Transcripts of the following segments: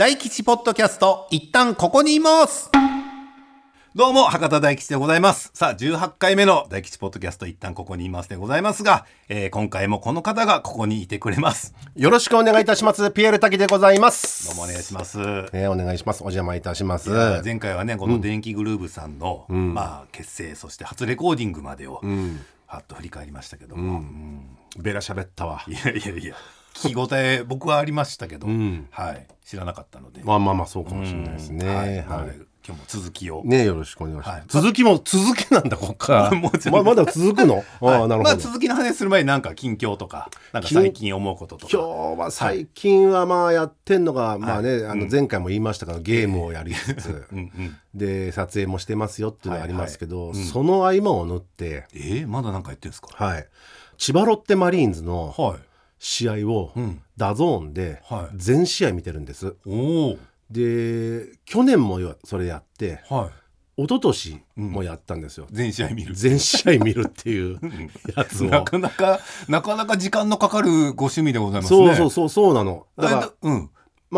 大吉ポッドキャスト、一旦ここにいます。どうも博多大吉でございます。さあ18回目の大吉ポッドキャスト、一旦ここにいますでございますが、今回もこの方がここにいてくれます。 よろしくお願いいたします。ピエール滝でございます。 どうもお願いします。 お願いします。お邪魔いたします。 前回はね、この電気グルーヴさんの、結成、そして初レコーディングまでを、はっと振り返りましたけども、 ベラ喋ったわ。 いや聞き応え僕はありましたけど、知らなかったので、 まあそうかもしれないですね。 今日も続きをよろしくお願いします。続きなんだこっからまだ続くの。なるほど。 続きの話する前になんか近況とか、なんか最近思うこととか。 今日は最近はやってんのが、前回も言いましたけど、ゲームをやりつつで撮影もしてますよっていうのがありますけど、その合間を縫ってまだなんかやってるんですか。 千葉ロッテマリーンズの試合をダゾーンで全試合見てるんです。で去年もそれやって、一昨年もやったんですよ。 全試合見るっていうやつをなかなか時間のかかるご趣味でございますね。 そうなの。だから、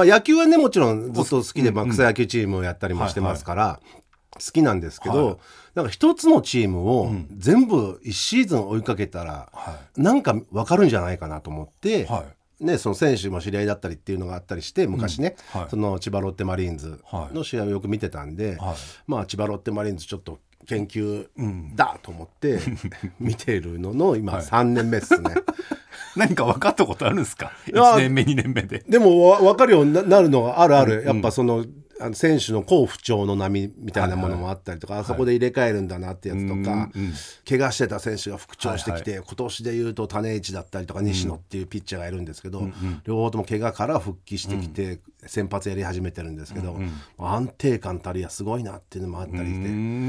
野球はねもちろんずっと好きで、草野球チームをやったりもしてますから、好きなんですけど、なんか一つのチームを全部1シーズン追いかけたら、なんか分かるんじゃないかなと思って、その選手も知り合いだったりっていうのがあったりして、昔ね、その千葉ロッテマリーンズの試合をよく見てたんで、千葉ロッテマリーンズちょっと研究だと思って見てるのの今3年目ですね。 何か分かったことあるんですか。1年目2年目で。 でも分かるようになるのがある。やっぱその選手の好不調の波みたいなものもあったりとか、あそこで入れ替えるんだなってやつとか、怪我してた選手が復調してきて、今年でいうと種市だったりとか西野っていうピッチャーがいるんですけど、両方とも怪我から復帰してきて先発やり始めてるんですけど、安定感たりやすごいなっていうのもあったりして、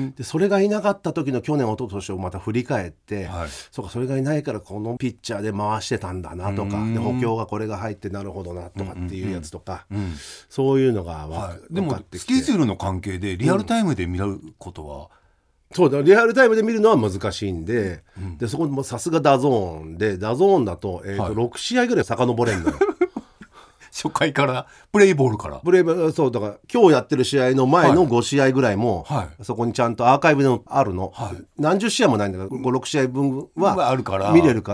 でそれがいなかった時の去年一昨年をまた振り返って、そうかそれがいないからこのピッチャーで回してたんだなとか、で補強がこれが入ってなるほどなとかっていうやつとか、そういうのがでもスケジュールの関係でリアルタイムで見ることは、 そうだ、リアルタイムで見るのは難しいんで、でそこもさすがダゾーンで、ダゾーンだと、6試合ぐらい遡れるのよ。 初回からプレイボールからそうだから、今日やってる試合の前の5試合ぐらいも、そこにちゃんとアーカイブであるの、何十試合もないんだけど5、6試合分は見れるから、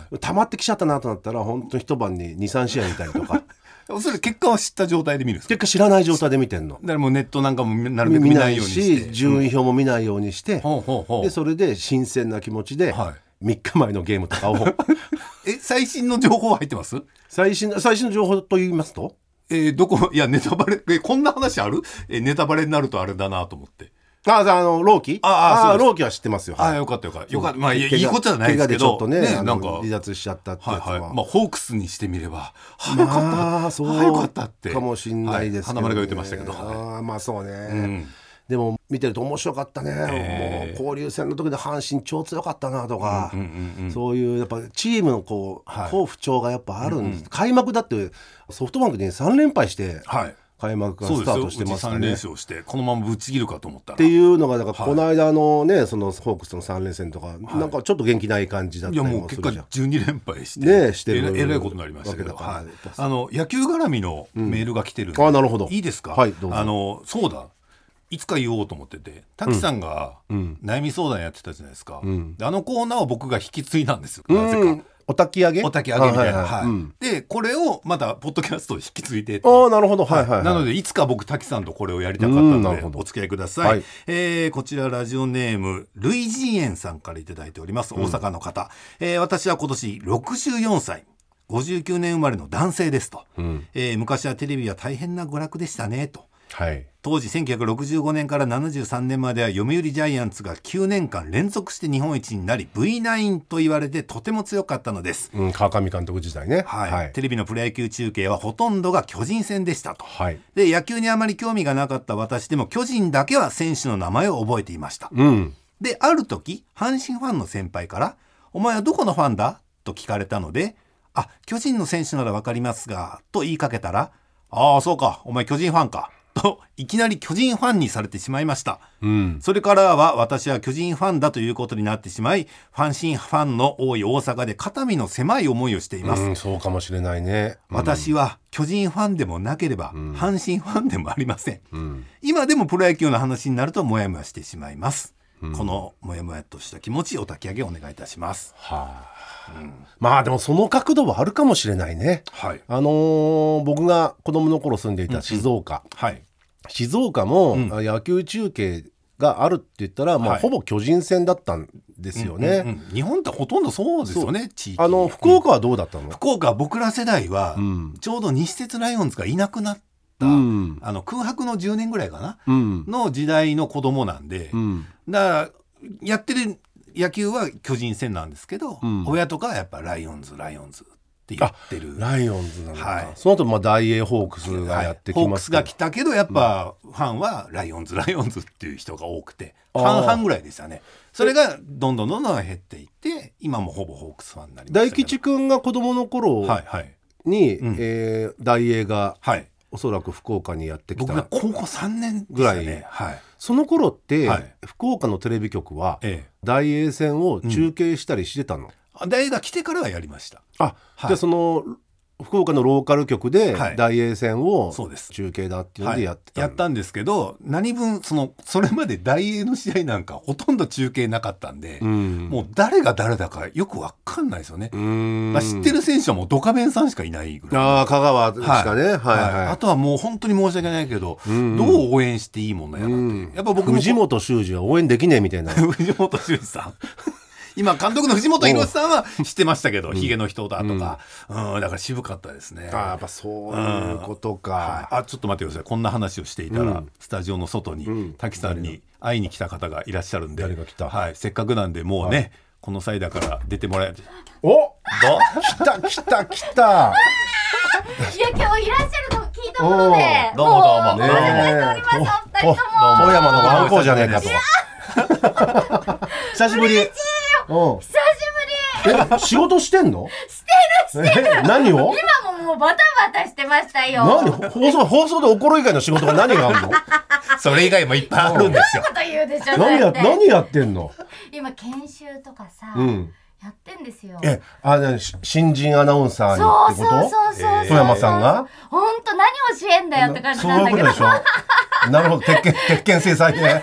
溜まってきちゃったなとなったら本当に一晩に2、3試合見たりとか。 それ結果は知った状態で見るんですか。 結果知らない状態で見てんの。 だからもうネットなんかもなるべく見ないようにして、 順位表も見ないようにして、でそれで新鮮な気持ちで3日前のゲームとかを最新の情報入ってます。 最新の情報と言いますと、 どこ、いやネタバレ、こんな話ある？ネタバレになるとあれだなと思って。 ローキローキは知ってますよ。 よかった。まあいいことじゃないですけど、 怪我でちょっとね、 なんか離脱しちゃったってやつは、 ホークスにしてみればよかったってかもしんないですけど、 花丸が言ってましたけど、 そうね。でも見てると面白かったね。もう交流戦の時で阪神超強かったなとか、そういうやっぱチームの好不調がやっぱあるんです。開幕だってソフトバンクに3連敗して、開幕がスタートしてますからね。 3連勝してこのままぶっちぎるかと思ったらっていうのが、だからこの間のね、そのホークスの3連戦とか、なんかちょっと元気ない感じだったりもするじゃん。 いやもう結果12連敗してるえらいことになりましたけど、野球絡みのメールが来てるんで、 なるほど、 いいですか。 どうぞ。 そうだ、いつか言おうと思ってて、滝さんが悩み相談やってたじゃないですか。であのコーナーを僕が引き継いだんですよ、なぜか。お焚き上げみたいな、でこれをまたポッドキャストを引き継いでなるほど、 なのでいつか僕滝さんとこれをやりたかったのでお付き合いください。こちらラジオネームルイジーエンさんからいただいております。大阪の方、私は今年64歳、59年生まれの男性ですと、昔はテレビは大変な娯楽でしたねと。当時1965年から73年までは読売ジャイアンツが9年間連続して日本一になり V9 と言われてとても強かったのです。 川上監督時代ね。 テレビのプロ野球中継はほとんどが巨人戦でしたと。で野球にあまり興味がなかった私でも巨人だけは選手の名前を覚えていました。である時阪神ファンの先輩からお前はどこのファンだと聞かれたので、巨人の選手なら分かりますがと言いかけたら、そうかお前巨人ファンかといきなり巨人ファンにされてしまいました、 うん、 それからは私は巨人ファンだということになってしまい、ファンシンファンの多い大阪で肩身の狭い思いをしています、 そうかもしれないね、 私は巨人ファンでもなければ、阪神ファンでもありません、 うん今でもプロ野球の話になるとモヤモヤしてしまいます、このモヤモヤとした気持ちお焚き上げお願いいたします。 まあでもその角度はあるかもしれないね、 はい、 僕が子供の頃住んでいた静岡、 はい、 静岡も野球中継があるって言ったら、ほぼ巨人戦だったんですよね、 日本ってほとんどそうですよね。地域福岡はどうだったの？ 福岡は僕ら世代は、ちょうど西鉄ライオンズがいなくなった、空白の10年ぐらいかな、の時代の子供なんで、だからやってる野球は巨人戦なんですけど、親とかはやっぱライオンズって言ってる。 ライオンズなんだ、その後大英ホークスがやってきます、 ホークスが来たけどやっぱファンはライオンズっていう人が多くて、半々ぐらいでしたね。それがどんどん減っていって今もほぼホークスファンになりました。 大吉くんが子供の頃に、大英が、おそらく福岡にやってきた、 僕が高校3年ぐらいね、 その頃って、福岡のテレビ局は、大英戦を中継したりしてたの？ 大英が来てからはやりました。 でその福岡のローカル局で大英戦を中継だっていうのでやったんですけど、何分それまで大英の試合なんかほとんど中継なかったんで、もう誰が誰だかよく分かんないですよね。知ってる選手はもうドカベンさんしかいないぐらい。 香川しかね、 あとはもう本当に申し訳ないけど、どう応援していいものやなっていう。やっぱ僕も藤本修二は応援できねえみたいな藤本修二さん今監督の藤本博さんは知ってましたけど、ヒゲの人だとか、だから渋かったですね。 やっぱそういうことか、 ちょっと待ってください。こんな話をしていたら、スタジオの外に滝さんに会いに来た方がいらっしゃるんで、 誰が来た？ せっかくなんでもうね、この際だから出てもらえて。 来たいや今日いらっしゃるの聞いたもので、 どうもお願いしております。お二人とも富山のご反抗じゃねえかと。久しぶり。 久しぶり。 仕事してんの？ してる。 何を？ 今ももうバタバタしてましたよ。 放送で怒る以外の仕事が何があるの？ それ以外もいっぱいあるんですよ。 こと言うでしょ。 何やってんの？ 今研修とかさ、やってんですよ。 新人アナウンサーにってこと？ そう富山さんが？ 本当何教えんだよって感じなんだけど。 そういうことでしょ。なるほど、鉄拳制裁ね。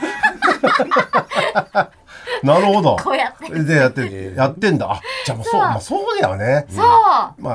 なるほど。 こうやってやってんだ。じゃあもうそうだよね。 そう。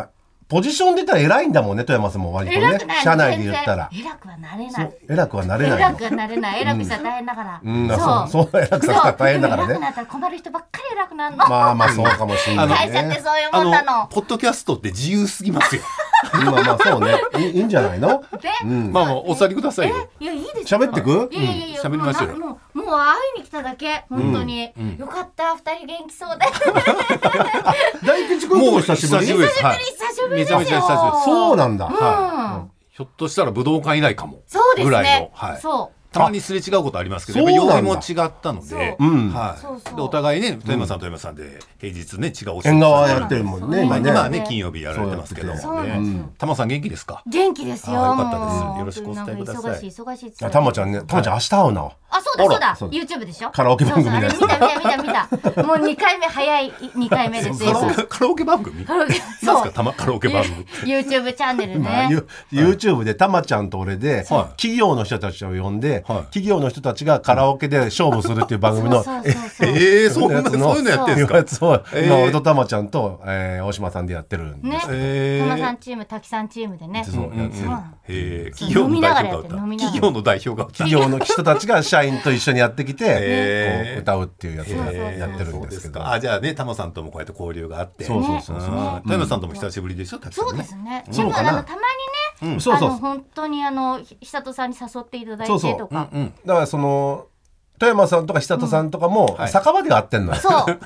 ポジションで言ったら偉いんだもんね、富山さんも割とね。社内で言ったら。 偉くはなれない。 偉くはなれない。 偉くはなれない。偉くしたら大変だから。 そう、偉くしたら大変だからね。 偉くなったら困る人ばっかり偉くなるの。 まあそうかもしれないね。 会社ってそういうもんなの。 ポッドキャストって自由すぎますよ。 そうね。いいんじゃないの？ お座りくださいよ。 いや、いいですよ。 喋ってく？ いや、 喋りましょうよ。 もう会いに来ただけ、本当に。よかった、二人元気そうで。 大吉君とも久しぶり？ 久しぶりですよ。 めちゃめちゃ久しぶり。 そうなんだ。 ひょっとしたら武道館以来かも。 そうですね。 ぐらいの。 そう。 たまにすれ違うことありますけど、やっぱ曜日も違ったので、お互いね、富山さんで平日ね、違うお仕事縁側やってるもんね。 今はね、金曜日やられてますけど、玉さん元気ですか？ 元気ですよ。 よかったです。よろしくお伝えください。 忙しい。 玉ちゃん明日会うな。 そうだ。YouTube でしょ？ カラオケ番組で。 見た。もう2回目早い2回目ですよ。 カラオケ番組？何ですか？カラオケ番組。 YouTube チャンネルね。 YouTube で玉ちゃんと俺で企業の人たちを呼んで、企業の人たちがカラオケで勝負するっていう番組の。 そういうのやってるんですか？ 今俺と玉ちゃんと大島さんでやってるんです。 玉さんチーム、滝さんチームでね。 企業の代表が企業の人たちが社員と一緒にやってきて歌うっていうやつやってるんですけど。 じゃあね、玉さんともこうやって交流があって、 そう富山さんとも久しぶりでしょ？ そうですね。でもたまにね、本当に久人さんに誘っていただいてとか。 だから富山さんとか久人さんとかも酒場で会ってんのよ。 そう。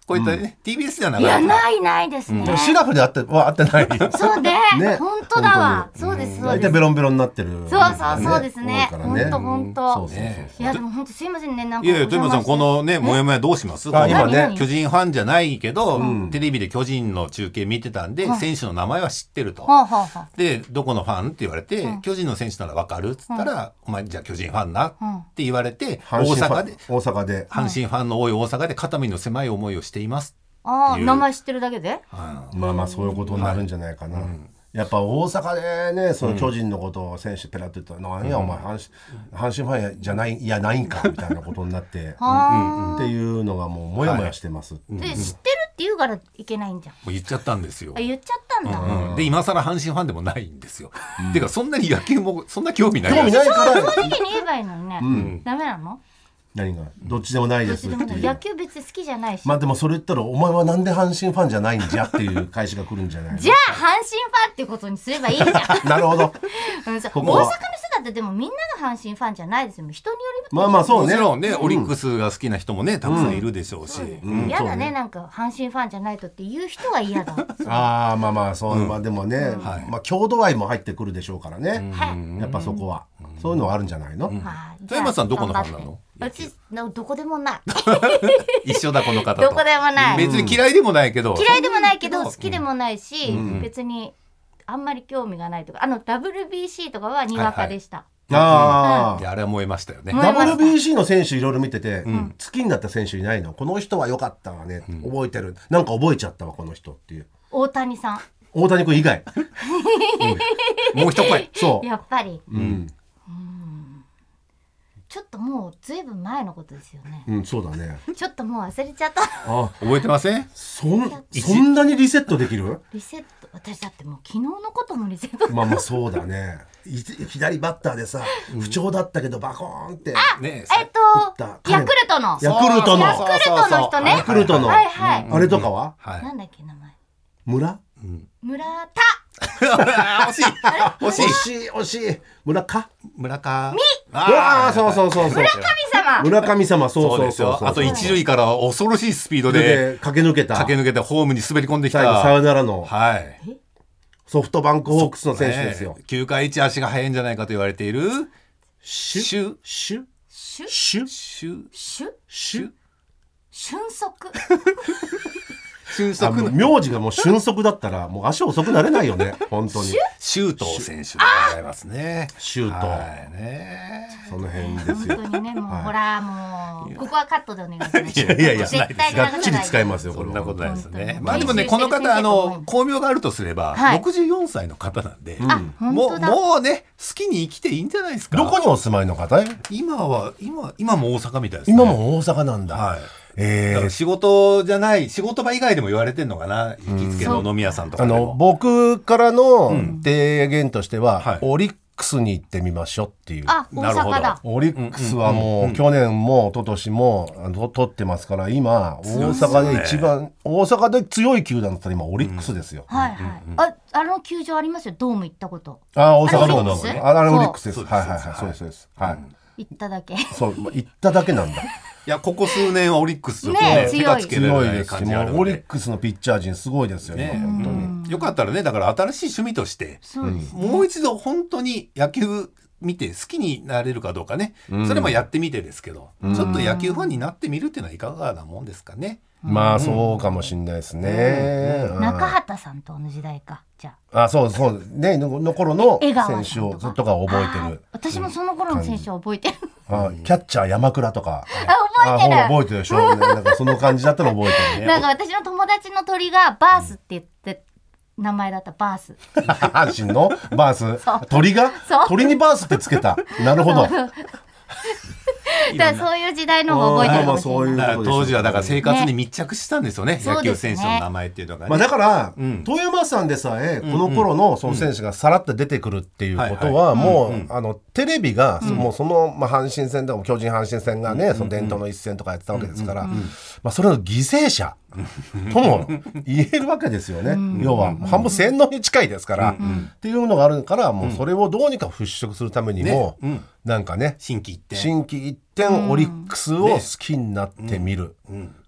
こういったね、TBS ではないやかったないですね。 シラフで会ってないそうね、 ね本当だわ。そうですそう大体です。 ベロンベロンになってる、 そうですね。 多いから本当。 そうそういやでも本当すいませんね、なんか。 いやいや、富山さん、このね、もやもやどうします？ あ今ね巨人ファンじゃないけど、テレビで巨人の中継見てたんで、選手の名前は知ってると。で、どこのファンって言われて、巨人の選手なら分かるっつったら、お前じゃあ巨人ファンなって言われて、大阪で阪神ファンの多い大阪で肩身の狭い思いをしています。 名前知ってるだけで？ まあそういうことになるんじゃないかな。やっぱ大阪でね、その巨人のことを選手ペラって言ったら、なんやお前阪神ファンじゃない、いやないんかみたいなことになってっていうのがもうもやもやしてます。 で知ってるって言うからいけないんじゃん。 もう言っちゃったんですよ。 言っちゃったんだ。 で今更阪神ファンでもないんですよ。てかそんなに野球もそんな興味ない。 興味ないから正直に言えばいいのにね。ダメなの？ 何がどっちでもないですっていう。 野球別に好きじゃないし。 まあでもそれ言ったらお前はなんで阪神ファンじゃないんじゃっていう返しが来るんじゃないの？ じゃあ阪神ファンってことにすればいいじゃん。 なるほど。 大阪の人だってでもみんなが阪神ファンじゃないですよ。人によりまあまあそうね。 もちろんね、オリックスが好きな人もねたくさんいるでしょうし。 嫌だね、なんか阪神ファンじゃないとっていう人は嫌だ。 ああまあまあそう、まあでもね、まあ郷土愛も入ってくるでしょうからね。やっぱそこはそういうのはあるんじゃないの？ 富山さんどこのファンなの？ うちどこでもない。 一緒だこの方と。 どこでもない。 別に嫌いでもないけど。 嫌いでもないけど好きでもないし、別にあんまり興味がないとか、WBC とかはにわかでした。 あれは燃えましたよね。 WBC の選手いろいろ見てて、好きになった選手いないの？この人は良かったわね、覚えてる、なんか覚えちゃったわこの人っていう。 大谷さん。 大谷君以外もう一声。 そうやっぱりちょっともうずいぶん前のことですよね。 そうだね。 ちょっともう忘れちゃった。 覚えてません？ そんなにリセットできる？ リセット、私だってもう昨日のこともリセット。 まあそうだね。左バッターでさ、不調だったけどバコーンってヤクルトのヤクルトの人ね。 ヤクルトのあれとかはなんだっけ名前？ 村田。 惜しい。村上そう村神様そうあと一塁から恐ろしいスピードで駆け抜けてホームに滑り込んできたサヨナラのソフトバンクホークスの選手ですよ。 球界一足が速いんじゃないかと言われている俊足名字がもう俊足だったらもう足遅くなれないよね本当に。 周東選手でございますね。 周東その辺ですよ。 本当にね、もうほらもうここはカットでお願いします。 いや絶対がっちり使いますよこれ。 そんなことないですね。まあでもねこの方巧妙があるとすれば64歳の方なんで、もうね好きに生きていいんじゃないですか。 どこにお住まいの方？ 今も大阪みたいですね。 今も大阪なんだ。 だから仕事じゃない仕事場以外でも言われてんのかな、行きつけの飲み屋さんとかでも。 僕からの提言としては、オリックスに行ってみましょうっていう。 大阪だ。 オリックスはもう去年も一昨年も取ってますから、今大阪で一番大阪で強い球団だったら今オリックスですよ。 あの球場ありますよ、ドーム行ったこと。 大阪ドームあれオリックスです。そうです。 行っただけ。 そう行っただけなんだ。 いやここ数年はオリックス手がつけられない感じあるので、 オリックスのピッチャー陣すごいですよね。本当によかったらね、だから新しい趣味としてもう一度本当に野球見て好きになれるかどうかね、それもやってみてですけど、ちょっと野球ファンになってみるっていうのはいかがなもんですかね。 まあそうかもしれないですね。 中畑さんと同じ代か。じゃそうねの頃の選手をずっとか覚えてる。 私もその頃の選手を覚えてる。 キャッチャー山倉とか覚えてるでしょ。なんかその感じだったら覚えてるね。 なんか私の友達の鳥がバースって言って名前だった。バース。 阪神のバース。鳥が鳥にバースってつけた。なるほど。 だからそういう時代の方が覚えてるかもしれない。 当時はだから生活に密着したんですよね、野球選手の名前っていうのがね。 だから遠山さんでさえこの頃のその選手がさらっと出てくるっていうことはもうテレビがもうその阪神戦とか巨人阪神戦がねその伝統の一戦とかやってたわけですから、それの犠牲者とも言えるわけですよね。要は半分洗脳に近いですからっていうのがあるから、もうそれをどうにか払拭するためにもなんかね、 心機一転オリックスを好きになってみるっ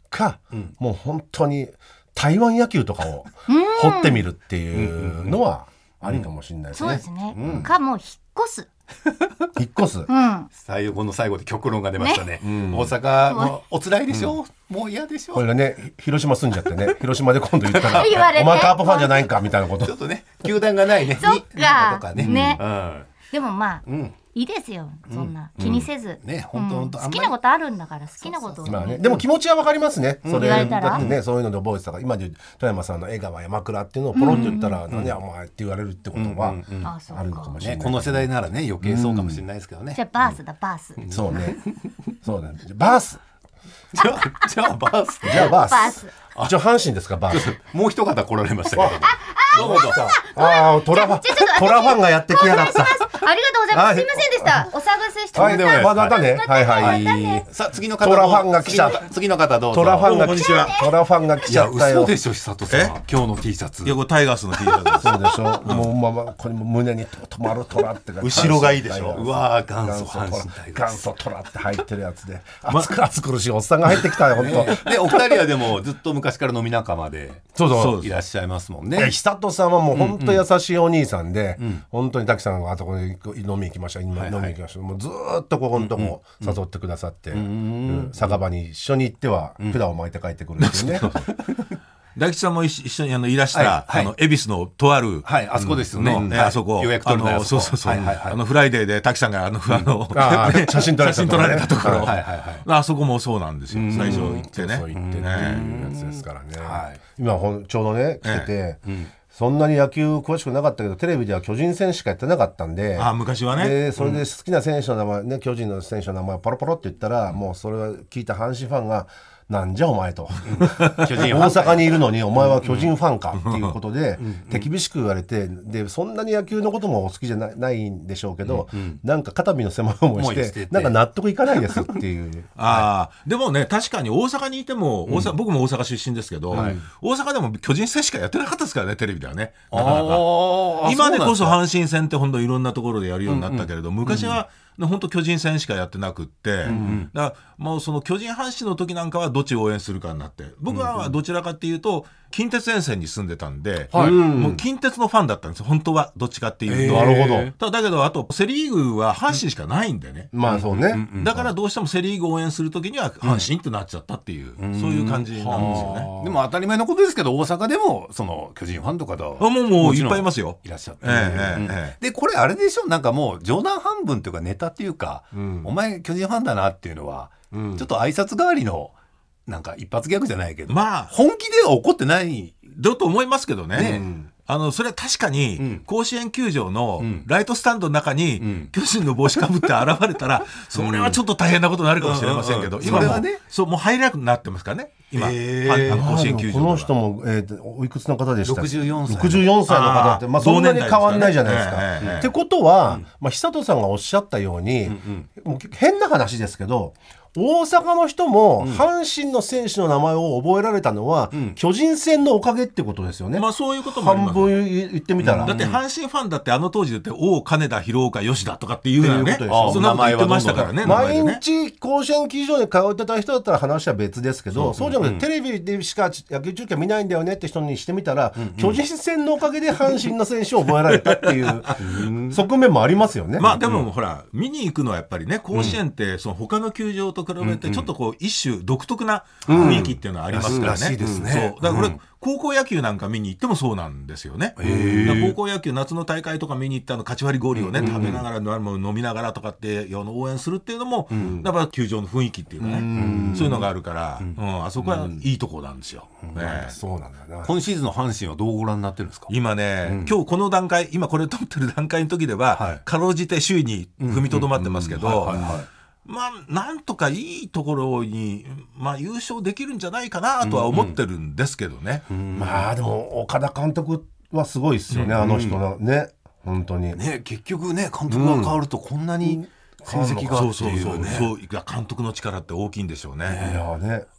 か、もう本当に台湾野球とかを掘ってみるっていうのはありかもしれないですね。 そうですね、かもう引っ越す引っ越す、 最後の最後で極論が出ましたね。大阪もお辛いでしょ、もう嫌でしょ。 これがね、広島住んじゃってね、広島で今度言ったら言われてお前カープファンじゃないんかみたいなことちょっとね、球団がないねそっかとかね。 でもまあ、いいですよ、そんな気にせず、 ね、本当好きなことあるんだから好きなことを、 まあね、でも気持ちはわかりますね、それ言われたらだってね、そういうので覚えてたから、今で富山さんの江川山倉っていうのをポロッと言ったら、何やお前って言われるってことはあるのかもしれない、 この世代ならね余計そうかもしれないですけどね。 じゃあバースだバース、 そうねそうだね、バースじゃあバースじゃあバースバース一応阪神ですか、バースもう一方来られましたけどどうもどうもああトラファンがやってきやがったありがとうございます。すいませんでした。お探せしてください。 はい、まだね、はいはい。 さあ次の方トラファンが来ちゃ次の方どうぞ。 トラファンが来ちゃトラファンが来ちゃったよ。 嘘でしょ久人さん、今日の T シャツ。 いやこれタイガースの T シャツです。 そうでしょ。もうこれも胸に止まるトラって後ろがいいでしょ。 うわー元祖阪神タイガース。 元祖トラって入ってるやつで、暑苦しいおっさんが入ってきたよ本当。 でお二人はでもずっと昔から飲み仲間でいらっしゃいますもんね。 久人さんはもう本当優しいお兄さんで、本当に滝さんがあそこに飲み行きました、飲み行きました。もうずっとここのとこ誘ってくださって、酒場に一緒に行っては管を巻いて帰ってくるんですよね。 大吉さんも一緒にいらした恵比寿のとあるあそこですよね。 あそこ予約取るのそうフライデーで滝さんが写真撮られたところ、あそこもそうなんですよ。最初行ってね、 そう行ってねやつですからね。今ちょうどね来てて。そんなに野球詳しくなかったけど、テレビでは巨人戦しかやってなかったんで、 昔はね。 でそれで好きな選手の名前ね、巨人の選手の名前をポロポロって言ったら、もうそれを聞いた阪神ファンがなんじゃお前と大阪にいるのにお前は巨人ファンかっていうことで手厳しく言われて、でそんなに野球のこともお好きじゃないんでしょうけど、なんか肩身の狭い思いしてなんか納得いかないですっていう。 でもね、確かに大阪にいても僕も大阪出身ですけど、大阪でも巨人戦しかやってなかったですからね、テレビではね。なかなか今でこそ阪神戦って本当いろんなところでやるようになったけれど、昔は本当巨人戦しかやってなくって、だからもうその巨人阪神の時なんかはどっちを応援するかになって、僕はどちらかっていうと近鉄沿線に住んでたんで、もう近鉄のファンだったんですよ本当は。どっちかっていうと。 なるほど。 だけどあとセリーグは阪神しかないんでね、 まあそうね、 だからどうしてもセリーグを応援する時には阪神ってなっちゃったっていう、そういう感じなんですよね。 でも当たり前のことですけど、大阪でもその巨人ファンとかだもういっぱいいますよ、 いらっしゃって、でこれあれでしょ、なんかもう冗談半分というかネタっていうか、お前巨人ファンだなっていうのは、ちょっと挨拶代わりのなんか一発ギャグじゃないけど、本気では怒ってないだと思いますけどね。それは確かに甲子園球場のライトスタンドの中に巨人の帽子かぶって現れたら、それはちょっと大変なことになるかもしれませんけど、今ももう入れなくなってますからね今、甲子園球場。 この人もおいくつの方でしたっけ ？64 歳の方って、そんなに変わんないじゃないですか。ってことは久人さんがおっしゃったように、もう変な話ですけど、大阪の人も阪神の選手の名前を覚えられたのは、巨人戦のおかげってことですよね。 そういうこともあります。 半分言ってみたら、 だって阪神ファンだってあの当時だって王金田広岡吉田とかっていうようなね、そんなこと言ってましたからね。 毎日甲子園球場に通ってた人だったら話は別ですけど、そうじゃなくてテレビでしか野球中継見ないんだよねって人にしてみたら、巨人戦のおかげで阪神の選手を覚えられたっていう側面もありますよね。 でもほら見に行くのはやっぱりね、甲子園ってその他の球場と比べてちょっとこう一種独特な雰囲気っていうのはありますからね。そうだからこれ高校野球なんか見に行ってもそうなんですよね。高校野球夏の大会とか見に行った勝ち割り氷をね、食べながら飲みながらとかって応援するっていうのも、やっぱ球場の雰囲気っていうかね、そういうのがあるから、あそこはいいとこなんですよ。 そうなんだな。 今シーズンの阪神はどうご覧になってるんですか？ 今ね、今日この段階、今これ撮ってる段階の時ではかろうじて首位に踏みとどまってますけど、なんとかいいところに、優勝できるんじゃないかなとは思ってるんですけどね。 でも岡田監督はすごいですよね、あの人のね、本当にね。結局ね、監督が変わるとこんなに成績がっていうね。 そう監督の力って大きいんでしょうね。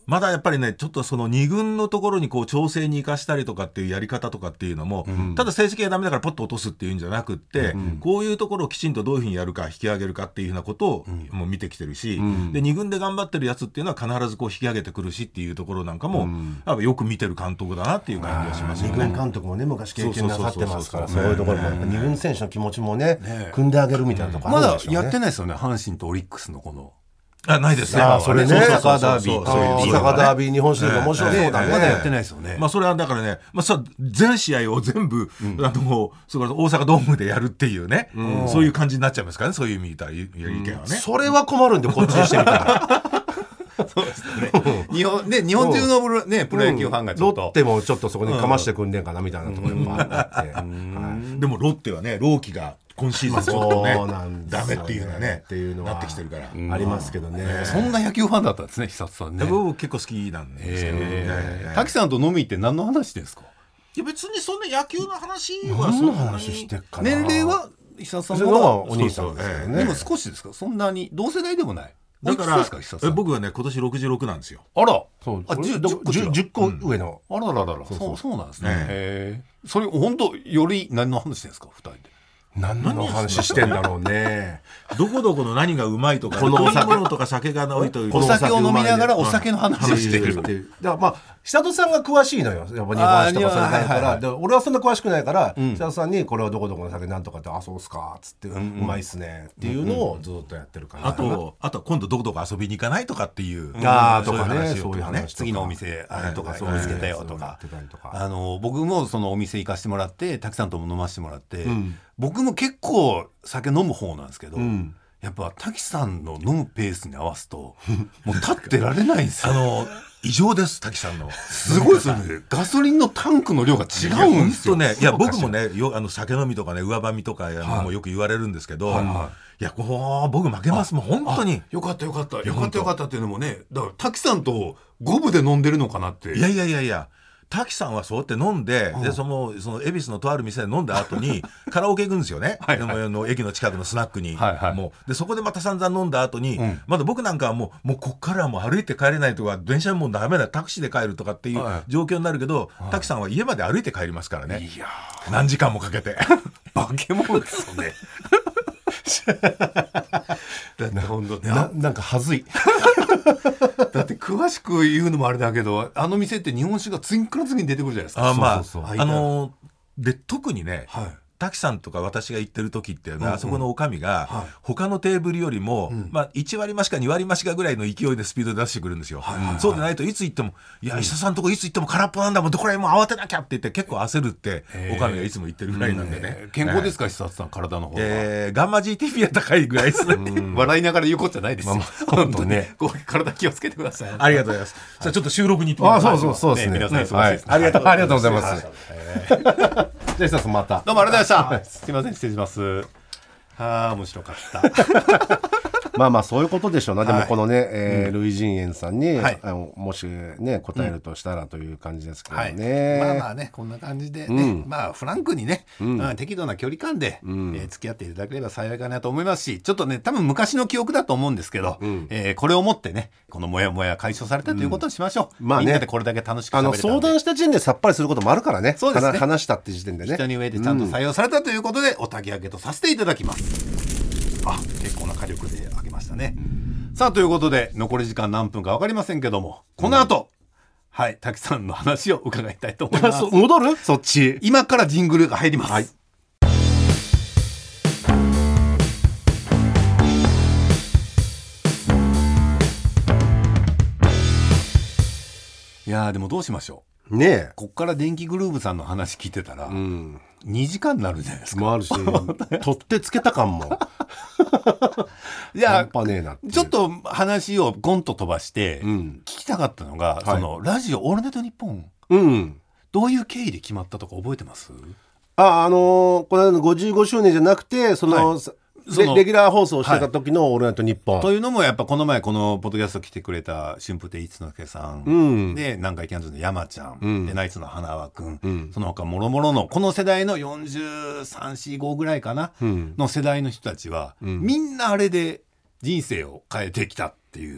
まだやっぱりねちょっとその2軍のところにこう調整に生かしたりとかっていうやり方とかっていうのも、ただ成績がダメだからポッと落とすっていうんじゃなくって、こういうところをきちんとどういうふうにやるか引き上げるかっていうふうなことをもう見てきてるし、で2軍で頑張ってるやつっていうのは必ずこう引き上げてくるしっていうところなんかも、やっぱよく見てる監督だなっていう感じがしますよね。 2軍監督もね昔経験なさってますから、そういうところも2軍選手の気持ちもね組んであげるみたいなところあるんでしょうね。 まだやってないですよね、阪神とオリックスのこの。 ないですね。 それね、大阪ダービー、大阪ダービー日本シリーズ面白そうだね。 まだやってないですよね。 それはだからね、全試合を全部大阪ドームでやるっていうね、そういう感じになっちゃいますからね、そういう意味で意見はね。 それは困るんでこっちにしてみたら。 そうですね。日本中のプロ野球ファンがちょっと、 ロッテもちょっとそこにかましてくんねんかなみたいなところもあって、 でもロッテはね、朗希が今シーズンちょっとねダメっていうのはねなってきてるからありますけどね。 そんな野球ファンだったんですね、久さんね。 僕結構好きなんですけどね。 滝さんと飲み行って何の話してんですか？ いや別にそんな野球の話は何の話してっかな。 年齢は久さんの方がお兄さんですよね。 でも少しですか？そんなに同世代でもない。 だから僕はね今年66なんですよ。 あら、 10個上の。 あらららら、そうなんですね。それ本当より何の話してんですか、2人で。 何の話してんだろうね。 どこどこの何がうまいとか、このお酒とか酒が多いという、 お酒を飲みながらお酒の話をしている。 だから久戸さんが詳しいのよ。やっぱ日本酒とかそれないから、俺はそんな詳しくないから、久戸さんにこれはどこどこの酒なんとかって、あ、そうっすかっつってうまいっすねっていうのをずっとやってるから。 あと今度どこどこ遊びに行かないとかっていう、 とかね、そういう話。 次のお店とか見つけたよとか。僕もそのお店行かしてもらって、滝さんとも飲ませてもらって。僕も結構酒飲む方なんですけど、やっぱ滝さんの飲むペースに合わすともう立ってられないんですよ。 異常です、滝さんの。 すごいですよね。ガソリンのタンクの量が違うんですよ。 いや僕もね酒飲みとかね上ばみとかもよく言われるんですけど、いや僕負けますもん本当に。 よかったっていうのもね、だから滝さんと五分で飲んでるのかなって。 いや滝さんはそうやって飲んで、でその恵比寿のとある店で飲んだ後にカラオケ行くんですよね。駅の近くのスナックに、でそこでまた散々飲んだ後に、まだ僕なんかはもうこっからはもう歩いて帰れないとか、電車もうダメだ、タクシーで帰るとかっていう状況になるけど、滝さんは家まで歩いて帰りますからね。 いや何時間もかけて。 化け物ですよね。だって本当なんかはずい。 だって詳しく言うのもあれだけど、あの店って日本酒が次から次に出てくるじゃないですか。 で特にね、滝さんとか私が行ってる時ってあそこの女将が他のテーブルよりも1割増しか2割増しかぐらいの勢いでスピードで出してくるんですよ。そうでないといつ行っても「いや石田さんとこいつ行っても空っぽなんだもん、どこらへんも慌てなきゃ」って言って結構焦るって女将がいつも言ってるぐらいなんでね。 健康ですか、石田さん、体の方は。 ガンマ GTP は高いぐらいですね。 笑いながら言うことじゃないですよ。本当ね、体気をつけてください。 ありがとうございます。さあちょっと収録に行ってみましょう。 そうですね。 皆さん忙しいです。 ありがとうございます。じゃあ石田さんまた。 どうもありがとうございました。すいません、失礼します。面白かった。 まあそういうことでしょうな。でもこのね、ルイジンエンさんにもしね答えるとしたらという感じですけどね。 まあね、こんな感じでね、フランクにね、適度な距離感で付き合っていただければ幸いかなと思いますし、ちょっとね多分昔の記憶だと思うんですけど、これをもってねこのモヤモヤ解消されたということにしましょう。みんなでこれだけ楽しく喋れたので、 相談した時点でさっぱりすることもあるからね。 そうですね。 話したって時点でね、 人に上でちゃんと採用されたということでお焚き上げとさせていただきます。結構な火力で上げましたね。さあということで残り時間何分か分かりませんけども、この後、滝さんの話を伺いたいと思います。 戻る？そっち。 今からジングルが入ります。いやでもどうしましょうね。 こっから電気グルーヴさんの話聞いてたら、2時間になるじゃないですか。 もあるし、取ってつけた感もいや半端ねえな。 ちょっと話をゴンと飛ばして聞きたかったのが、そのラジオオールナイトニッポン、どういう経緯で決まったとか覚えてます？ この間の55周年じゃなくて、レギュラー放送してた時のオールナイトニッポン、 というのもやっぱこの前このポッドキャスト来てくれた春風亭一之輔さん、で南海キャンドルの山ちゃん、でナイツの花輪くん、その他もろもろのこの世代の43、45ぐらいかな、の世代の人たちは、みんなあれで人生を変えてきたっていう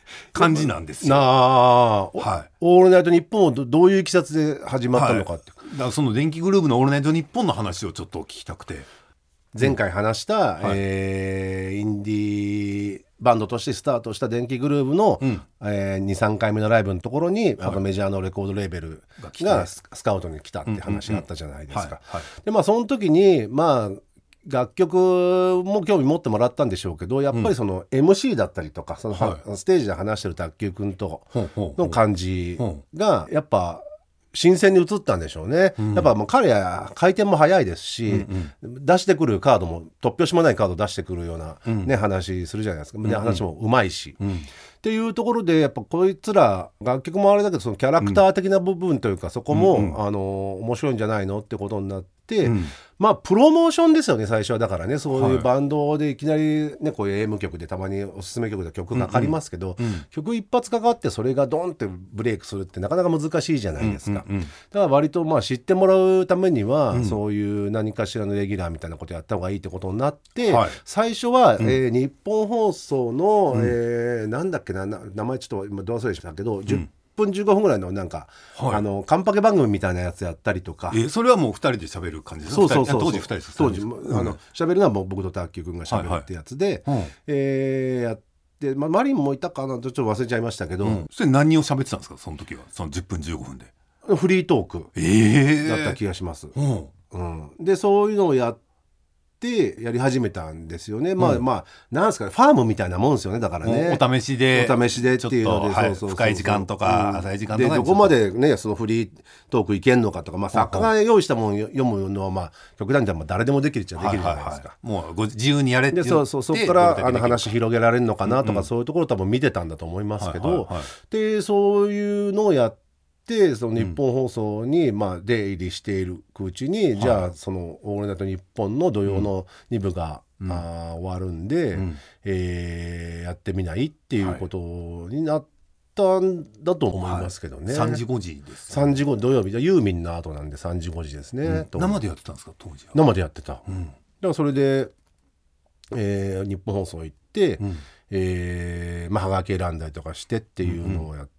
感じなんですよ。 はい、オールナイトニッポンをどういういきさつで始まったのかって、 だからその電気グルーヴのオールナイトニッポンの話をちょっと聞きたくて、 前回話した、インディーバンドとしてスタートした電気グルーヴの、2、3回目のライブのところに、メジャーのレコードレーベルがスカウトに来たって話があったじゃないですか。でその時に楽曲も興味持ってもらったんでしょうけど、やっぱりその MC だったりとかその、ステージで話してる卓球くんとの感じがやっぱ新鮮に映ったんでしょうね。やっぱ彼は回転も早いですし、出してくるカードも突拍子もないカード出してくるような、話するじゃないですか。で話もうまいし、っていうところでやっぱこいつら楽曲もあれだけどそのキャラクター的な部分というか、そこも、面白いんじゃないのってことになって、プロモーションですよね最初は。だからね、そういうバンドでいきなりねこういう AM 曲でたまにおすすめ曲で曲かかりますけど、曲一発かかってそれがドンってブレイクするってなかなか難しいじゃないですか。だから割と知ってもらうためには、そういう何かしらのレギュラーみたいなことやった方がいいってことになって、最初は、日本放送の、なんだっけな、名前ちょっと今どう忘れしたけど、10分15分ぐらいのなんか、カンパケ番組みたいなやつやったりとか、 それはもう2人で喋る感じですか？当時2人です。 当時喋るのはもう僕と卓球くんが喋るってやつで、やってマリンもいたかな、ちょっと忘れちゃいましたけど、 それ何を喋ってたんですかその時は？その10分15分でフリートークだった気がします。でそういうのをやってやり始めたんですよね。なんですかね、ファームみたいなもんですよね。だからね、 お試しでっていうので、 深い時間とか浅い時間とかでどこまでねそのフリートークいけんのかとか、作家が用意したものを読むのは極端には誰でもできるっちゃできるじゃないですか。 もうご自由にやれって言って、 そこから話広げられるのかなとか、そういうところ多分見てたんだと思いますけど、でそういうのをやってその日本放送に出入りしているうちに、じゃあそのオールナイトニッポンの土曜の2部が、終わるんで、やってみないっていうことになったんだと思いますけどね。 3時5時です、 3時5時土曜日ユーミンの後なんで3時5時ですね。 生でやってたんですか当時は？生でやってた。だからそれで、日本放送行って、はがき選んだりとかしてっていうのをやって、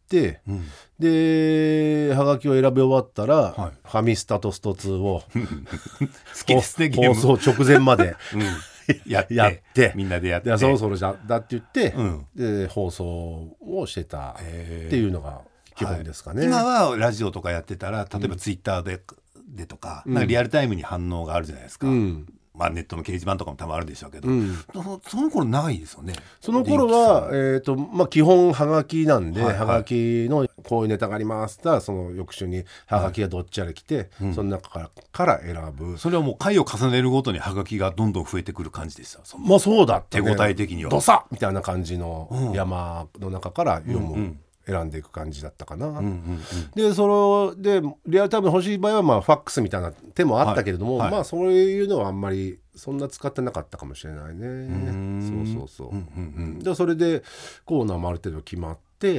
ではがきを選び終わったら、ファミスタとスト2を好きですね、ゲーム放送直前までやってみんなでやって、 そろそろだって言って、で放送をしてたっていうのが基本ですかね。 今はラジオとかやってたら、例えばツイッターでとか、なんかリアルタイムに反応があるじゃないですか。ネットの掲示板とかも多分あるでしょうけど、その頃ないですよね。 その頃は、基本はがきなんで、はがきのこういうネタがありますってその翌週にはがきがどっちゃり来て、その中から選ぶ。 それはもう回を重ねるごとにはがきがどんどん増えてくる感じでした。 そうだったね。 手応え的にはドサッみたいな感じの山の中から読む、選んでいく感じだったかな。でそれでリアルタイム欲しい場合はファックスみたいな手もあったけれども、そういうのはあんまりそんな使ってなかったかもしれないね。でそれでコーナーもある程度決まって、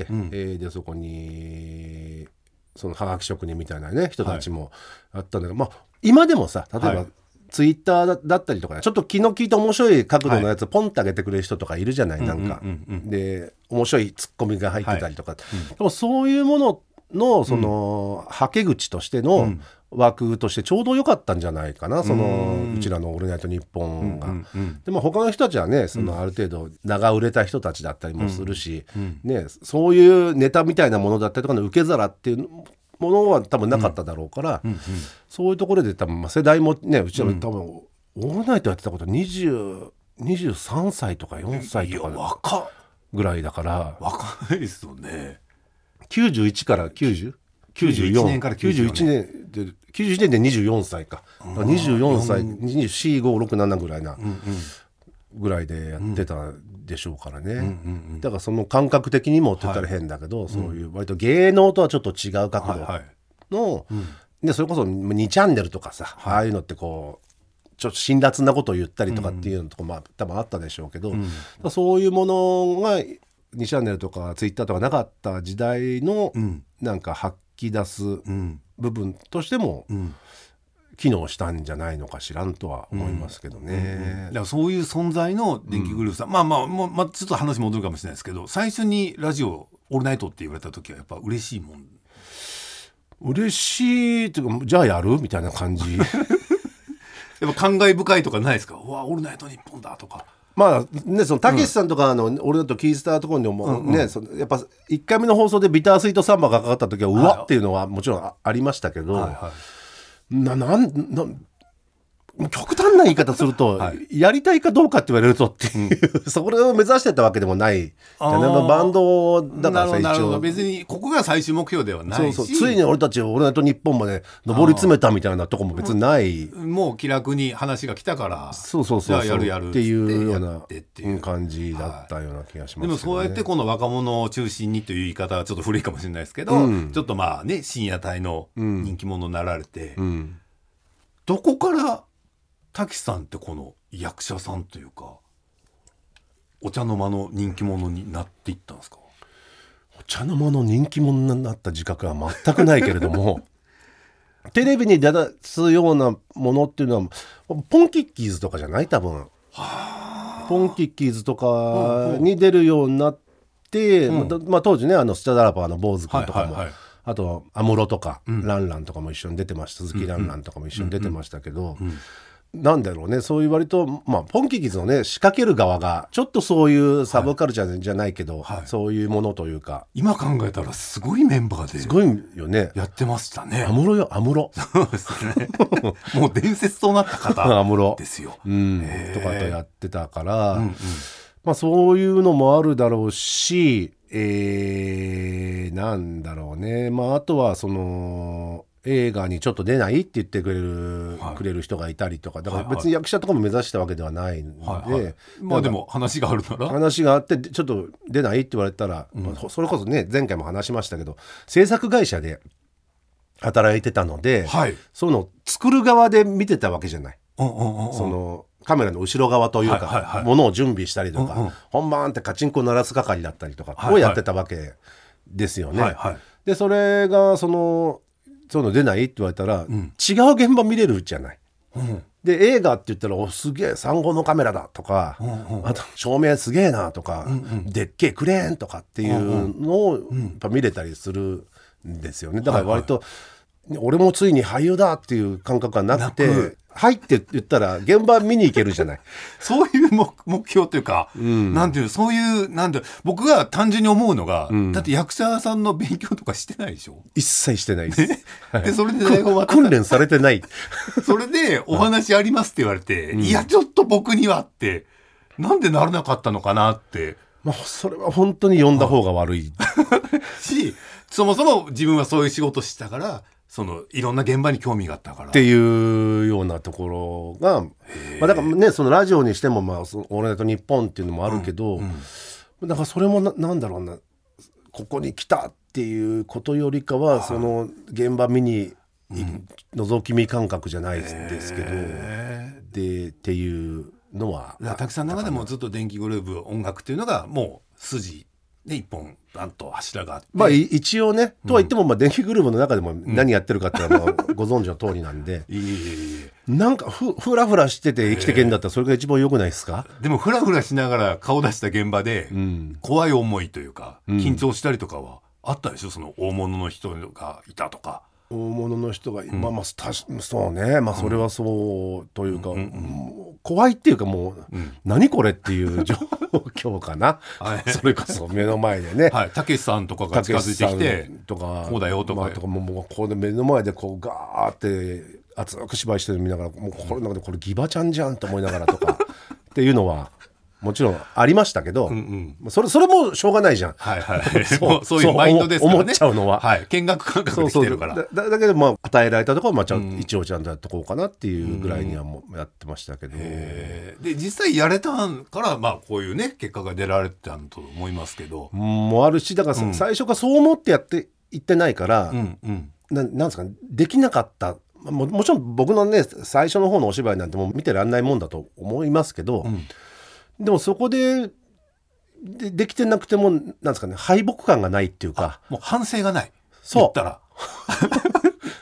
でそこにそのはがき職人みたいなね人たちもあったんだけど、今でもさ、例えば、ツイッターだったりとか、ちょっと気の利いた面白い角度のやつポンって上げてくれる人とかいるじゃない、なんかで面白いツッコミが入ってたりとか、でもそういうもののそのはけ口としての枠としてちょうど良かったんじゃないかな、そのうちらのオールナイトニッポンが。でも他の人たちはね、そのある程度名が売れた人たちだったりもするし、ね、そういうネタみたいなものだったりとかの受け皿っていうものは多分なかっただろうから、そういうところで多分世代もね、うちは多分オールナイトやってたこと23歳とか4歳とかぐらいだから、 若いですよね。 91から90 94年から91年で91年で24歳か、24歳245667ぐらいなぐらいでやってたでしょうからね。だからその感覚的にもって言ったら変だけど、そういう割と芸能とはちょっと違う角度の、でそれこそ2チャンネルとかさ、ああいうのってこうちょっと辛辣なことを言ったりとかっていうのとか多分あったでしょうけど、そういうものが2チャンネルとかツイッターとかなかった時代のなんか吐き出す部分としても機能したんじゃないのかしらんとは思いますけどね。 だからそういう存在の電気グループさん、まあちょっと話戻るかもしれないですけど、最初にラジオオールナイトって言われた時はやっぱ嬉しいもん。 嬉しいというか、じゃあやるみたいな感じやっぱ感慨深いとかないですか？うわオールナイトニッポンだとか。 まあね、そのたけしさんとか俺だとキースターところにもね、やっぱ1回目の放送でビタースイートサンバがかかった時はうわっていうのはもちろんありましたけど、極端な言い方すると、やりたいかどうかって言われるとっていう、それを目指してたわけでもないじゃね。バンドだからさ、一応別にここが最終目標ではないし、 ついに俺たちオールナイトニッポンまで上り詰めたみたいなとこも別にない、 もう気楽に話が来たからじゃあやるっていうような感じだったような気がしますけどね。 でもそうやってこの若者を中心にという言い方はちょっと古いかもしれないですけど、ちょっとまあね深夜帯の人気者になられて、どこからたけしさんってこの役者さんというかお茶の間の人気者になっていったんですか？ お茶の間の人気者になった自覚は全くないけれどもテレビに出すようなものっていうのはポンキッキーズとかじゃない？多分ポンキッキーズとかに出るようになって、当時ねスチャダラパーの坊主君とかも、あと安室とか、ランランとかも一緒に出てました。鈴木ランランとかも一緒に出てましたけど、なんだろうね、そういう割と、ポンキッキーズのね仕掛ける側がちょっとそういうサブカルチャーじゃないけど、そういうものというか、 今考えたらすごいメンバーですごいよね、 やってましたね。 安室よ、安室そうですねもう伝説となった方ですよとかとやってたから、そういうのもあるだろうし、なんだろうね、あとはその映画にちょっと出ないって言ってくれる人がいたりとか、だから別に役者とかも目指したわけではないので、 でも話があるなら話があってちょっと出ないって言われたら、それこそね前回も話しましたけど制作会社で働いてたので、そういうのを作る側で見てたわけじゃない、そのカメラの後ろ側というか、ものを準備したりとか、本番ってカチンコ鳴らす係だったりとかをやってたわけですよね。でそれがそういうの出ないって言われたら、違う現場見れるじゃない、で映画って言ったらすげえ産後のカメラだとか、あと照明すげえなとか、でっけえクレーンとかっていうのをやっぱ見れたりするんですよね。だから割と、俺もついに俳優だっていう感覚がなくて、はいって言ったら現場見に行けるじゃないそういう目標というか、なんていうそういう僕が単純に思うのが、だって役者さんの勉強とかしてないでしょ？ 一切してないです、 でそれで台本訓練されてないそれでお話ありますって言われて、いやちょっと僕にはってなんでならなかったのかなって、 それは本当に読んだ方が悪いし、そもそも自分はそういう仕事してたから、いろんな現場に興味があったからっていうようなところが、だからねそのラジオにしても、オールナイトニッポンっていうのもあるけど、だからそれもなんだろうな、ここに来たっていうことよりかは、その現場見に覗き見感覚じゃないですけど、でっていうのはたくさんの中でもずっと電気グループ音楽っていうのがもう筋で一本バンと柱があって、 一応ね、とは言っても電気グループの中でも何やってるかっていうのはご存知の通りなんでなんかフラフラしてて生きてけんだったらそれが一番良くないですか？ でもフラフラしながら顔出した現場で怖い思いというか、緊張したりとかはあったでしょ？その大物の人がいたとか。 大物の人が、そうね、それはそうというか、怖いっていうかもう、何これっていう状況かな、それこそ目の前でね、 たけしさんとかが近づいてきてとかこうだよとか、 もうこうで目の前でこうガーって熱く芝居してるの見ながら、もうこれギバちゃんじゃんと思いながらとかっていうのはもちろんありましたけど、それもしょうがないじゃん、 そういうマインドですからね、 思っちゃうのは、 見学感覚で来てるから。 だけど与えられたところは一応ちゃんとやっておこうかなっていうぐらいにはもうやってましたけど、 で実際やれたからこういうね結果が出られたんと思いますけどもあるし、だから最初からそう思ってやっていってないから、なんですか、できなかった。もちろん僕のね最初の方のお芝居なんてもう見てらんないもんだと思いますけど、でもそこできてなくてもなんですかね、敗北感がないっていうか、 もう反省がない、 そう言ったら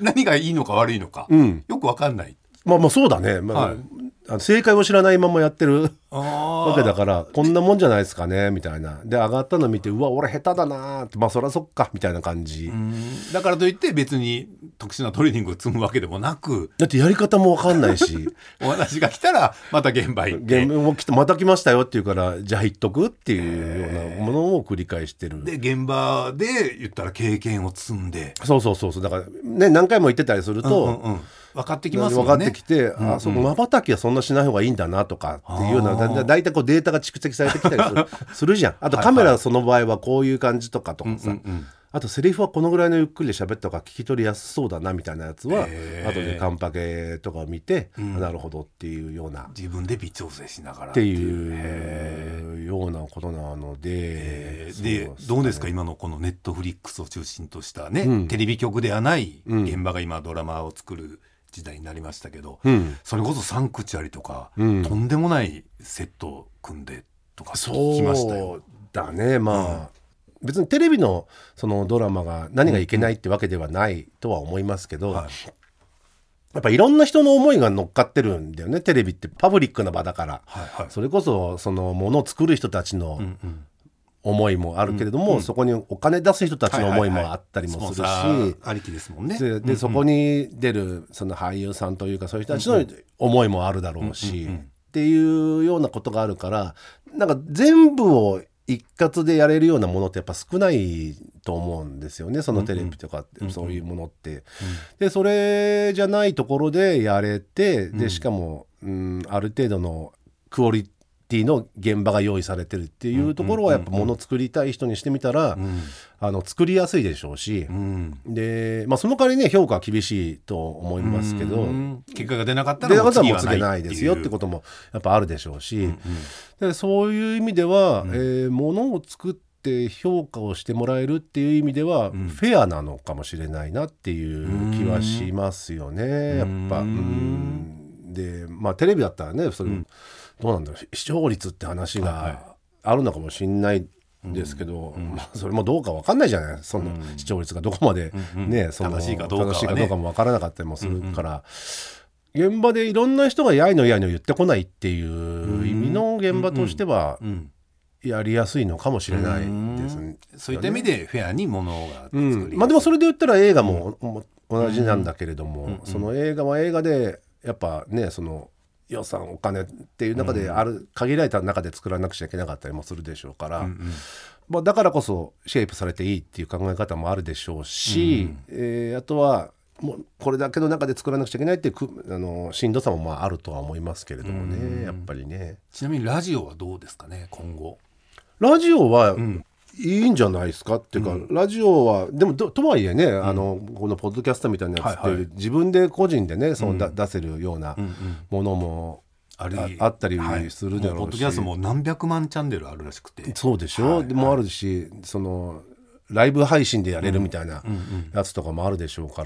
何がいいのか悪いのか、よく分かんない。 まあそうだね、正解を知らないままやってるわけだから、こんなもんじゃないですかねみたいな。で上がったの見て、うわ俺下手だなって、そりゃそっかみたいな感じ。 だからといって別に特殊なトレーニングを積むわけでもなく、 だってやり方も分かんないしお話が来たらまた現場行って、 現場も来てまた来ましたよっていうから、じゃあ行っとくっていうようなものを繰り返してる。 で現場で言ったら経験を積んで、 そうだからね、何回も行ってたりすると、 分かってきますもんね。 分かってきて、そこまばたきはそんなしない方がいいんだなとかっていうような、だいたいこうデータが蓄積されてきたりするじゃん。あとカメラその場合はこういう感じとかさ、あとセリフはこのぐらいのゆっくりで喋った方が聞き取りやすそうだなみたいなやつは、後でカンパケとかを見て、なるほどっていうような、 自分で微調整しながらっていうようなことなので、 どうですか今のこのネットフリックスを中心としたね、テレビ局ではない現場が今ドラマを作る時代になりましたけど、それこそサンクチュアリとか、とんでもないセットを組んでとか聞きましたよ。 そうだね。別にテレビのそのドラマが何がいけないってわけではないとは思いますけど、やっぱいろんな人の思いが乗っかってるんだよね。テレビってパブリックな場だから、それこそそのものを作る人たちの思いもあるけれども、そこにお金出す人たちの思いもあったりもするし、 ありきですもんね。 でそこに出るその俳優さんというか、そういう人たちの思いもあるだろうし、っていうようなことがあるから、なんか全部を一括でやれるようなものってやっぱ少ないと思うんですよね。そのテレビとかってそういうものって、でそれじゃないところでやれて、でしかも、ある程度のクオリティの現場が用意されてるっていうところは、やっぱもの作りたい人にしてみたら、作りやすいでしょうし、で、その代わりね評価は厳しいと思いますけど、 結果が出なかったらもう次はないですよってこともやっぱあるでしょうし、でそういう意味では、ものを作って評価をしてもらえるっていう意味では、フェアなのかもしれないなっていう気はしますよね。やっぱで、テレビだったらね、それ、どうなんだろう、視聴率って話があるのかもしれないですけど、それもどうか分かんないじゃない。その視聴率がどこまでその正しいかどうかも分からなかったりもするから、現場でいろんな人がやいの言ってこないっていう意味の現場としてはやりやすいのかもしれないですね。 そういった意味でフェアにものが作りやすい。 でもそれで言ったら映画も同じなんだけれども、その映画は映画でやっぱね、その予算お金っていう中である限られた中で作らなくちゃいけなかったりもするでしょうから、だからこそシェイプされていいっていう考え方もあるでしょうし、あとはもうこれだけの中で作らなくちゃいけないっていうしんどさもあるとは思いますけれどもね、やっぱりね。 ちなみにラジオはどうですかね今後。 ラジオはいいんじゃないですかっていうか、ラジオはでも とはいえね、このポッドキャストみたいなやつって、自分で個人でねその出せるようなものもあったりするだろうし、 ポッドキャストも何百万チャンネルあるらしくて。 そうでしょ、でもあるし、そのライブ配信でやれるみたいなやつとかもあるでしょうから、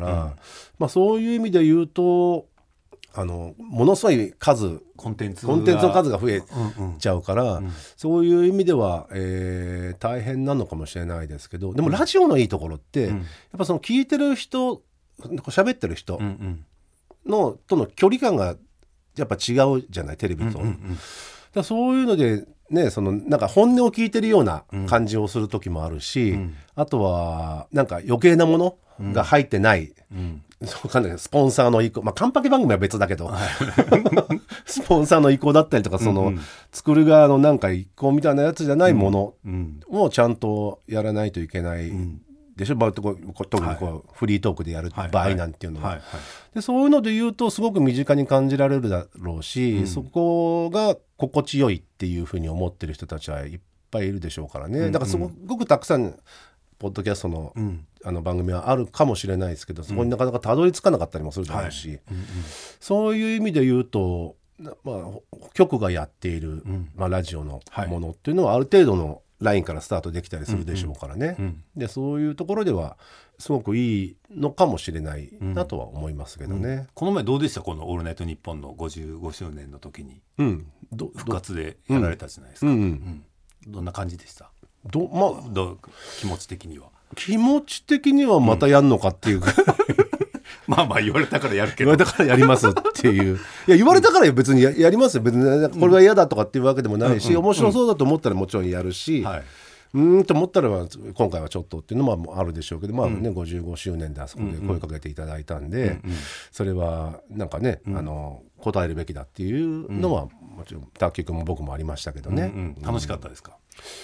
そういう意味で言うとものすごいコンテンツの数が増えちゃうから、そういう意味では、大変なのかもしれないですけど、でもラジオのいいところって、やっぱその聞いてる人、喋ってる人との距離感がやっぱ違うじゃない、テレビと。だそういうのでね、そのなんか本音を聞いてるような感じをする時もあるし、あとはなんか余計なものが入ってない、そうかね、スポンサーの意向、カンパケ番組は別だけど、スポンサーの意向だったりとか、その作る側のなんか意向みたいなやつじゃないものをちゃんとやらないといけないでしょ、特にこうフリートークでやる場合なんていうのは。でそういうので言うとすごく身近に感じられるだろうし、そこが心地よいっていうふうに思ってる人たちはいっぱいいるでしょうからね。だからすごくたくさんポッドキャストの、番組はあるかもしれないですけど、そこになかなかたどり着かなかったりもするだろうし、そういう意味で言うと、局がやっている、ラジオのものっていうのはある程度のラインからスタートできたりするでしょうからね、でそういうところではすごくいいのかもしれないなとは思いますけどね。 この前どうでした、このオールナイトニッポンの55周年の時に、復活でやられたじゃないですか。どんな感じでした？気持ち的には。 気持ち的にはまたやんのかっていうか、 まあ言われたからやるけど、 言われたからやりますっていう。いや言われたから別に やりますよ。別にこれは嫌だとかっていうわけでもないし、面白そうだと思ったらもちろんやるし、と思ったら今回はちょっとっていうのもあるでしょうけど、55周年であそこで声かけていただいたんで、それはなんかね、答えるべきだっていうのはもちろん卓球君も僕もありましたけどね。 楽しかったですか？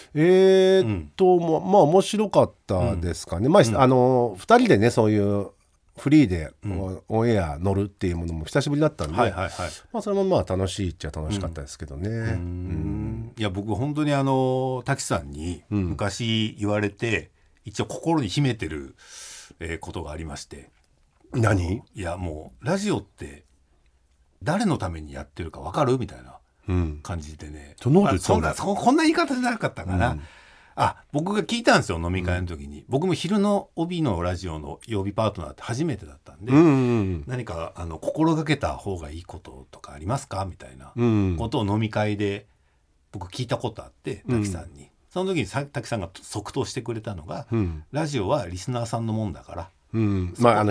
面白かったですかね。2人でねそういうフリーでオンエア乗るっていうものも久しぶりだったんで、それも楽しいっちゃ楽しかったですけどね。 いや僕本当に滝さんに昔言われて、一応心に秘めてることがありまして。 何？ いやもうラジオって誰のためにやってるか分かるみたいな感じでね、こんな言い方じゃなかったかな。僕が聞いたんですよ、飲み会の時に。僕も昼の帯のラジオの曜日パートナーって初めてだったんで、何か心がけた方がいいこととかありますかみたいなことを飲み会で僕聞いたことあって、滝さんに。その時に滝さんが即答してくれたのが、ラジオはリスナーさんのもんだから、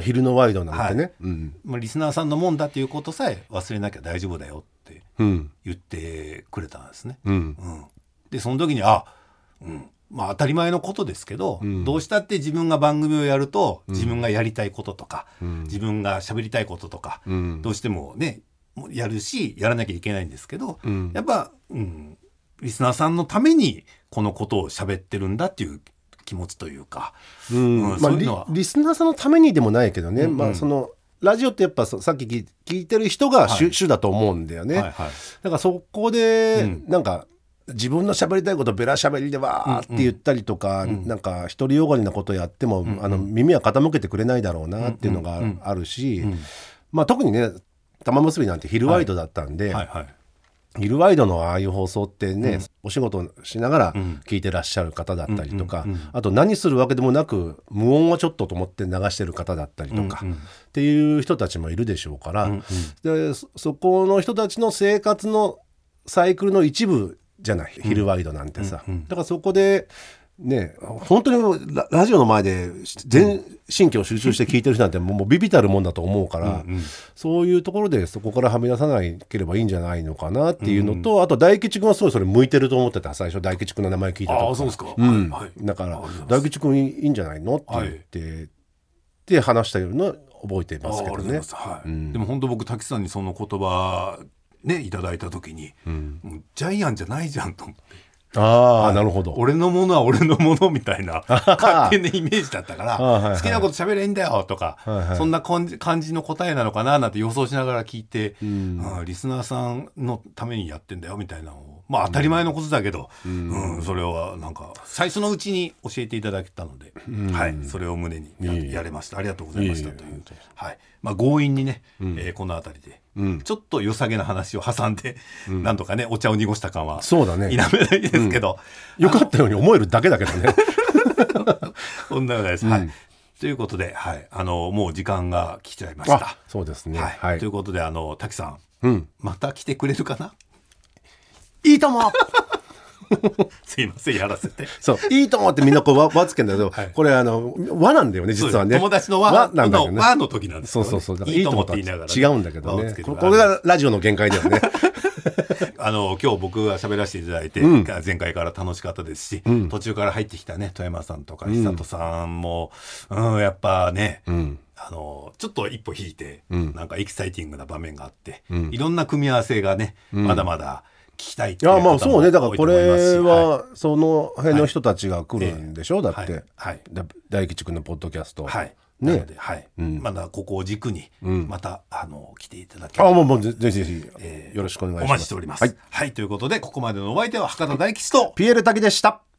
昼のワイドなんてね、 リスナーさんのもんだっていうことさえ忘れなきゃ大丈夫だよって言ってくれたんですね。でその時に当たり前のことですけど、どうしたって自分が番組をやると、自分がやりたいこととか、自分が喋りたいこととか、どうしてもねやるしやらなきゃいけないんですけど、やっぱ、リスナーさんのためにこのことを喋ってるんだっていう気持ちというか、そういうのはリスナーさんのためにでもないけどね、そのラジオってやっぱさっき聞いてる人が主だと思うんだよね。だからそこでなんか自分の喋りたいことベラ喋りでわーって言ったりとか、なんか独りよがりなことやっても、耳は傾けてくれないだろうなっていうのがあるし、特にね玉結びなんて昼ワイドだったんで、昼ワイドのああいう放送ってね、お仕事しながら聞いてらっしゃる方だったりとか、あと何するわけでもなく無音はちょっとと思って流してる方だったりとか、っていう人たちもいるでしょうから、でそこの人たちの生活のサイクルの一部じゃない、昼ワイドなんてさ、だからそこでね、本当にラジオの前で全神経を集中して聞いてる人なんてもうビビたるもんだと思うから、そういうところでそこからはみ出さなければいいんじゃないのかなっていうのと、あと大吉君はすごいそれ向いてると思ってた。最初大吉君の名前聞いたとか。 そうですか。 だから大吉君いいんじゃないのって言って話したような覚えてますけどね。 でも本当僕滝さんにその言葉ねいただいた時に、もうジャイアンじゃないじゃんと思って。 なるほど。 俺のものは俺のものみたいな勝手なイメージだったから好きなこと喋れんだよとか、そんな感じの答えなのかななんて予想しながら聞いて、リスナーさんのためにやってんだよみたいなのを、当たり前のことだけど、それはなんか最初のうちに教えていただけたので、それを胸にやれました。ありがとうございましたという、強引にね、この辺りでちょっと良さげな話を挟んで、なんとかねお茶を濁した感はそうだね、 否めないですけど、 よかったように思えるだけだけどねそんなことないです、ということで、もう時間が来ちゃいました。 そうですね、 ということで滝さん、また来てくれるかな。 いいともすいませんやらせて。 そういいともってみんなこう輪つけんだけど、これ輪なんだよね実はね。 友達の輪なんだけど、輪の時なんですよね。 そういいともって言いながら違うんだけどね。これがラジオの限界だよね今日僕が喋らせていただいて、前回から楽しかったですし、途中から入ってきたね富山さんとか久里さんも、やっぱね、ちょっと一歩引いて、なんかエキサイティングな場面があって、いろんな組み合わせがね、まだまだ聞きたいっていう方も多いと思いますし。 だからこれはその辺の人たちが来るんでしょ、だって大吉君のポッドキャストなので、まだここを軸にまた来ていただければ、 もうぜひぜひよろしくお願いします。 お待ちしております。ということでここまでのお相手は博多大吉とピエール滝でした。